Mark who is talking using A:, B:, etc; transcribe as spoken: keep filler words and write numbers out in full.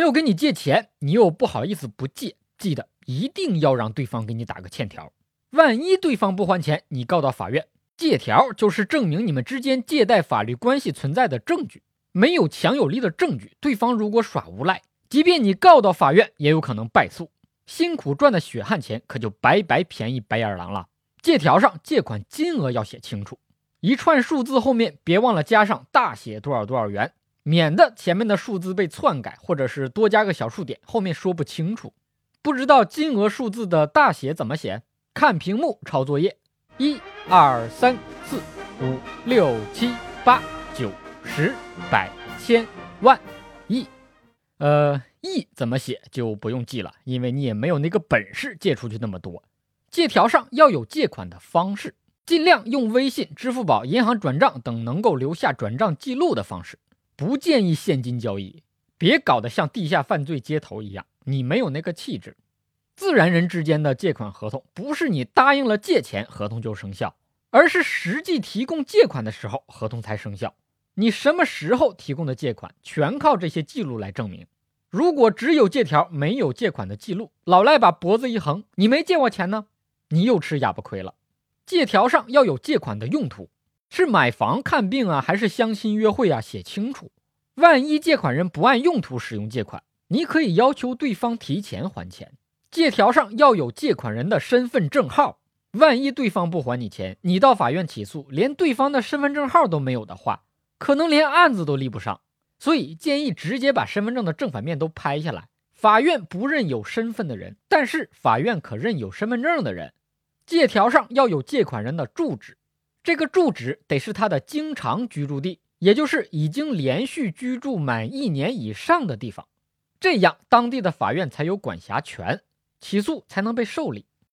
A: 友给你借钱，你又不好意思不借，记得一定要让对方给你打个欠条。万一对方不还钱，你告到法院，借条就是证明你们之间借贷法律关系存在的证据。没有强有力的证据，对方如果耍无赖，即便你告到法院，也有可能败诉。辛苦赚的血汗钱可就白白便宜白眼狼了。借条上借款金额要写清楚，一串数字后面别忘了加上大写多少多少元，免得前面的数字被篡改，或者是多加个小数点，后面说不清楚。不知道金额数字的大写怎么写？看屏幕抄作业。一二三四五六七八九十百千万亿。呃，亿怎么写就不用记了，因为你也没有那个本事借出去那么多。借条上要有借款的方式，尽量用微信、支付宝、银行转账等能够留下转账记录的方式，不建议现金交易，别搞得像地下犯罪接头一样，你没有那个气质。自然人之间的借款合同，不是你答应了借钱合同就生效，而是实际提供借款的时候合同才生效。你什么时候提供的借款，全靠这些记录来证明。如果只有借条没有借款的记录，老赖把脖子一横，你没借我钱呢，你又吃哑巴亏了。借条上要有借款的用途，是买房看病啊，还是相亲约会啊，写清楚。万一借款人不按用途使用借款，你可以要求对方提前还钱。借条上要有借款人的身份证号，万一对方不还你钱，你到法院起诉，连对方的身份证号都没有的话，可能连案子都立不上。所以建议直接把身份证的正反面都拍下来。法院不认有身份的人，但是法院可认有身份证的人。借条上要有借款人的住址，这个住址得是他的经常居住地，也就是已经连续居住满一年以上的地方，这样当地的法院才有管辖权，起诉才能被受理。